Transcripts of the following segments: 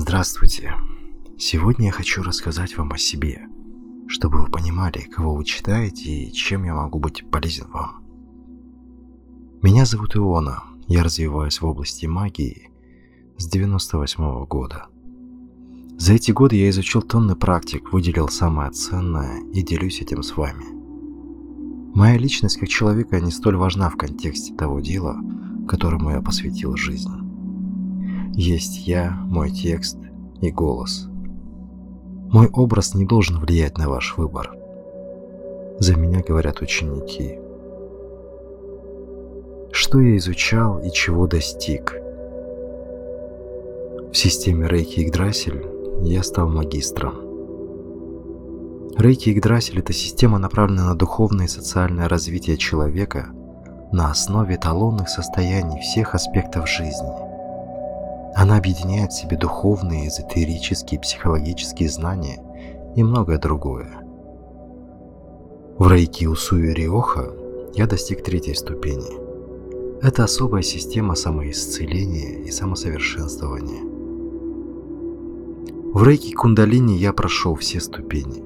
Здравствуйте! Сегодня я хочу рассказать вам о себе, чтобы вы понимали, кого вы читаете и чем я могу быть полезен вам. Меня зовут Иона, я развиваюсь в области магии с 98 года. За эти годы я изучил тонны практик, выделил самое ценное и делюсь этим с вами. Моя личность как человека не столь важна в контексте того дела, которому я посвятил жизнь. Есть я, мой текст и голос. Мой образ не должен влиять на ваш выбор. За меня говорят ученики. Что я изучал и чего достиг? В системе Рейки Игдрасиль я стал магистром. Рейки Игдрасиль – это система, направленная на духовное и социальное развитие человека на основе эталонных состояний всех аспектов жизни. Она объединяет в себе духовные, эзотерические, психологические знания и многое другое. В Рейки Усуи Риоха я достиг 3-й ступени. Это особая система самоисцеления и самосовершенствования. В Рейки Кундалини я прошел все ступени.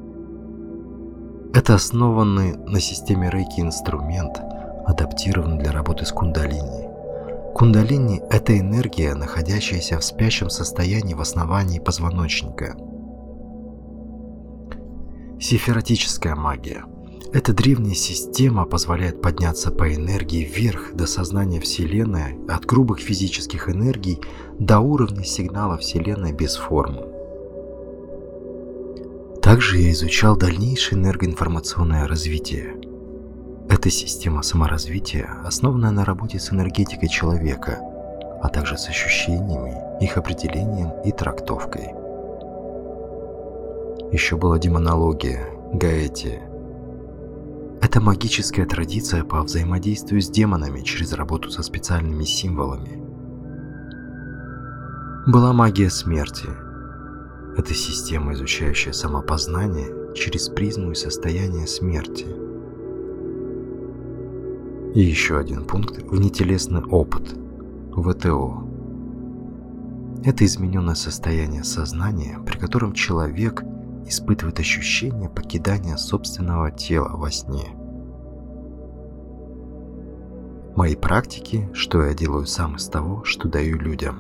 Это основанный на системе Рейки инструмент, адаптированный для работы с кундалини. Кундалини – это энергия, находящаяся в спящем состоянии в основании позвоночника. Сифиратическая магия – эта древняя система позволяет подняться по энергии вверх до сознания Вселенной, от грубых физических энергий до уровня сигнала Вселенной без формы. Также я изучал дальнейшее энергоинформационное развитие. Это система саморазвития, основанная на работе с энергетикой человека, а также с ощущениями, их определением и трактовкой. Еще была демонология, гаэтия. Это магическая традиция по взаимодействию с демонами через работу со специальными символами. Была магия смерти. Это система, изучающая самопознание через призму и состояние смерти. И еще один пункт – внетелесный опыт, ВТО. Это измененное состояние сознания, при котором человек испытывает ощущение покидания собственного тела во сне. Мои практики, что я делаю сам из того, что даю людям.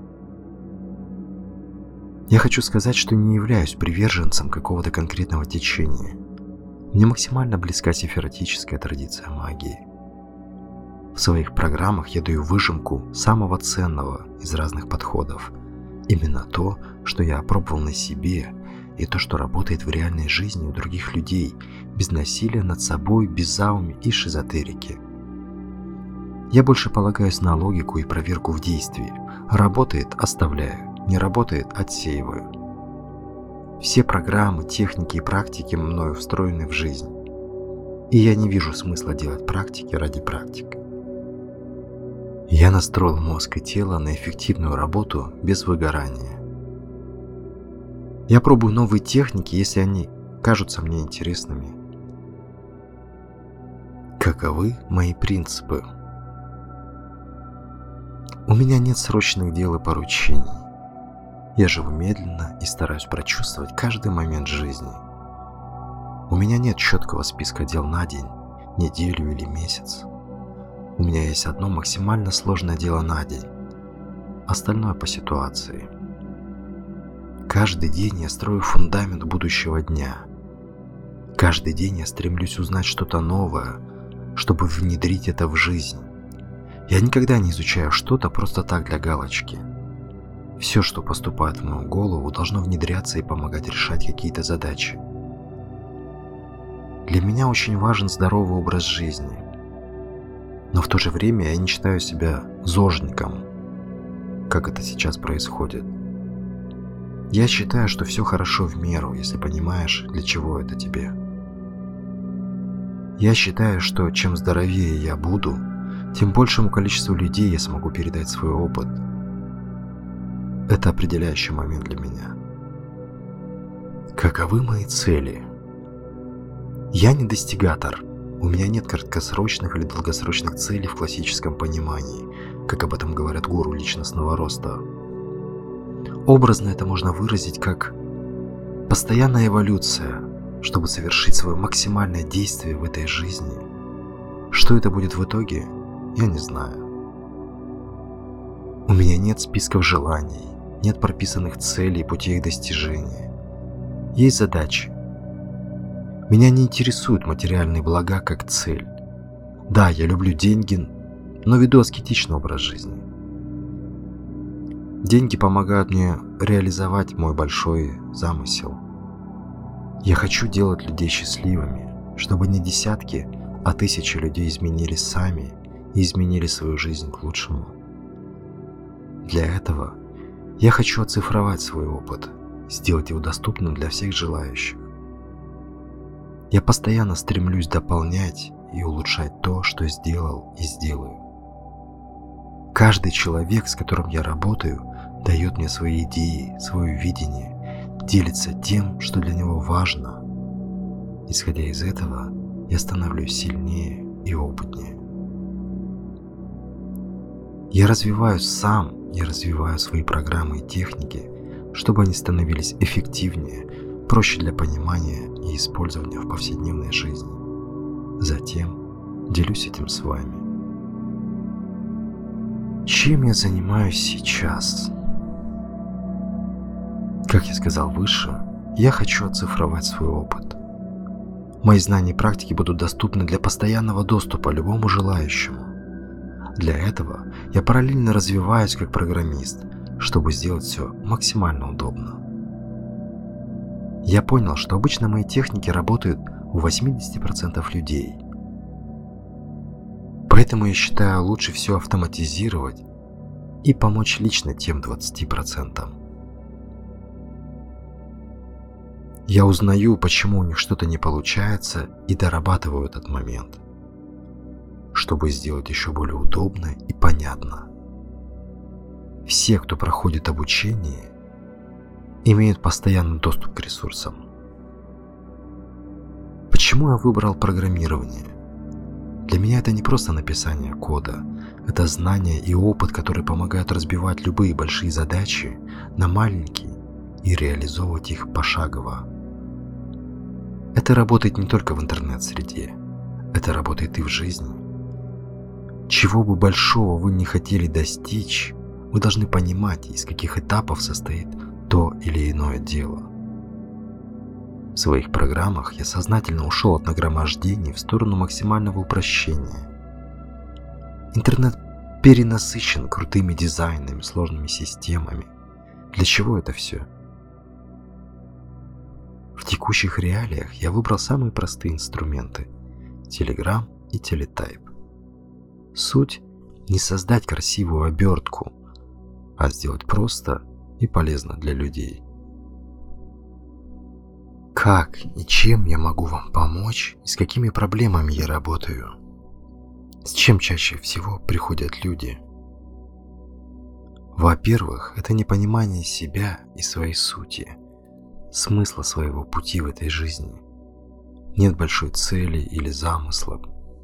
Я хочу сказать, что не являюсь приверженцем какого-то конкретного течения. Мне максимально близка сифиратическая традиция магии. В своих программах я даю выжимку самого ценного из разных подходов. Именно то, что я опробовал на себе, и то, что работает в реальной жизни у других людей, без насилия над собой, без зауми и шизотерики. Я больше полагаюсь на логику и проверку в действии. Работает – оставляю, не работает – отсеиваю. Все программы, техники и практики мною встроены в жизнь. И я не вижу смысла делать практики ради практик. Я настроил мозг и тело на эффективную работу без выгорания. Я пробую новые техники, если они кажутся мне интересными. Каковы мои принципы? У меня нет срочных дел и поручений. Я живу медленно и стараюсь прочувствовать каждый момент жизни. У меня нет четкого списка дел на день, неделю или месяц. У меня есть одно максимально сложное дело на день, остальное по ситуации. Каждый день я строю фундамент будущего дня. Каждый день я стремлюсь узнать что-то новое, чтобы внедрить это в жизнь. Я никогда не изучаю что-то просто так для галочки. Все, что поступает в мою голову, должно внедряться и помогать решать какие-то задачи. Для меня очень важен здоровый образ жизни. Но в то же время я не считаю себя зожником, как это сейчас происходит. Я считаю, что все хорошо в меру, если понимаешь, для чего это тебе. Я считаю, что чем здоровее я буду, тем большему количеству людей я смогу передать свой опыт. Это определяющий момент для меня. Каковы мои цели? Я не достигатор. У меня нет краткосрочных или долгосрочных целей в классическом понимании, как об этом говорят гуру личностного роста. Образно это можно выразить как постоянная эволюция, чтобы совершить свое максимальное действие в этой жизни. Что это будет в итоге, я не знаю. У меня нет списков желаний, нет прописанных целей и путей их достижения. Есть задачи. Меня не интересуют материальные блага как цель. Да, я люблю деньги, но веду аскетичный образ жизни. Деньги помогают мне реализовать мой большой замысел. Я хочу делать людей счастливыми, чтобы не десятки, а тысячи людей изменились сами и изменили свою жизнь к лучшему. Для этого я хочу оцифровать свой опыт, сделать его доступным для всех желающих. Я постоянно стремлюсь дополнять и улучшать то, что сделал и сделаю. Каждый человек, с которым я работаю, дает мне свои идеи, свое видение, делится тем, что для него важно. Исходя из этого, я становлюсь сильнее и опытнее. Я развиваюсь сам, я развиваю свои программы и техники, чтобы они становились эффективнее, проще для понимания и использования в повседневной жизни. Затем делюсь этим с вами. Чем я занимаюсь сейчас? Как я сказал выше, я хочу оцифровать свой опыт. Мои знания и практики будут доступны для постоянного доступа любому желающему. Для этого я параллельно развиваюсь как программист, чтобы сделать все максимально удобно. Я понял, что обычно мои техники работают у 80% людей. Поэтому я считаю лучше все автоматизировать и помочь лично тем 20%. Я узнаю, почему у них что-то не получается, и дорабатываю этот момент, чтобы сделать еще более удобно и понятно. Все, кто проходит обучение, имеют постоянный доступ к ресурсам. Почему я выбрал программирование? Для меня это не просто написание кода, это знания и опыт, которые помогают разбивать любые большие задачи на маленькие и реализовывать их пошагово. Это работает не только в интернет-среде, это работает и в жизни. Чего бы большого вы не хотели достичь, вы должны понимать, из каких этапов состоит то или иное дело. В своих программах я сознательно ушел от нагромождений в сторону максимального упрощения. Интернет перенасыщен крутыми дизайнами, сложными системами. Для чего это все? В текущих реалиях я выбрал самые простые инструменты – Telegram и Teletype. Суть – не создать красивую обертку, а сделать просто и полезно для людей. Как и чем я могу вам помочь и с какими проблемами я работаю? С чем чаще всего приходят люди? Во-первых, это непонимание себя и своей сути, смысла своего пути в этой жизни. Нет большой цели или замысла.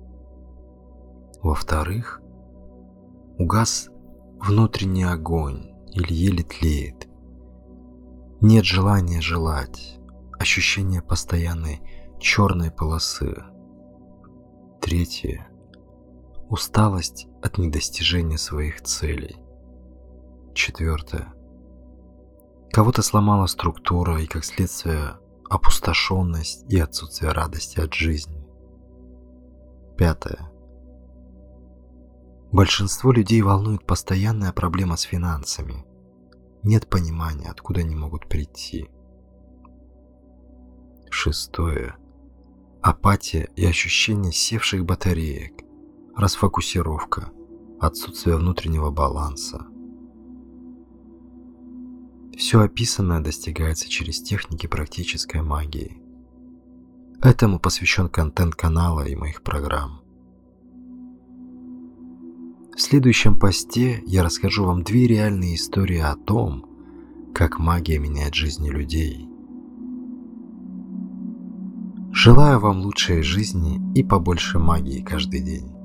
Во-вторых, угас внутренний огонь или еле тлеет. Нет желания желать, ощущение постоянной черной полосы. Третье. Усталость от недостижения своих целей. Четвертое. Кого-то сломала структура и, как следствие, опустошенность и отсутствие радости от жизни. Пятое. Большинство людей волнует постоянная проблема с финансами. Нет понимания, откуда они могут прийти. Шестое. Апатия и ощущение севших батареек, расфокусировка, отсутствие внутреннего баланса. Все описанное достигается через техники практической магии. Этому посвящен контент канала и моих программ. В следующем посте я расскажу вам 2 реальные истории о том, как магия меняет жизни людей. Желаю вам лучшей жизни и побольше магии каждый день.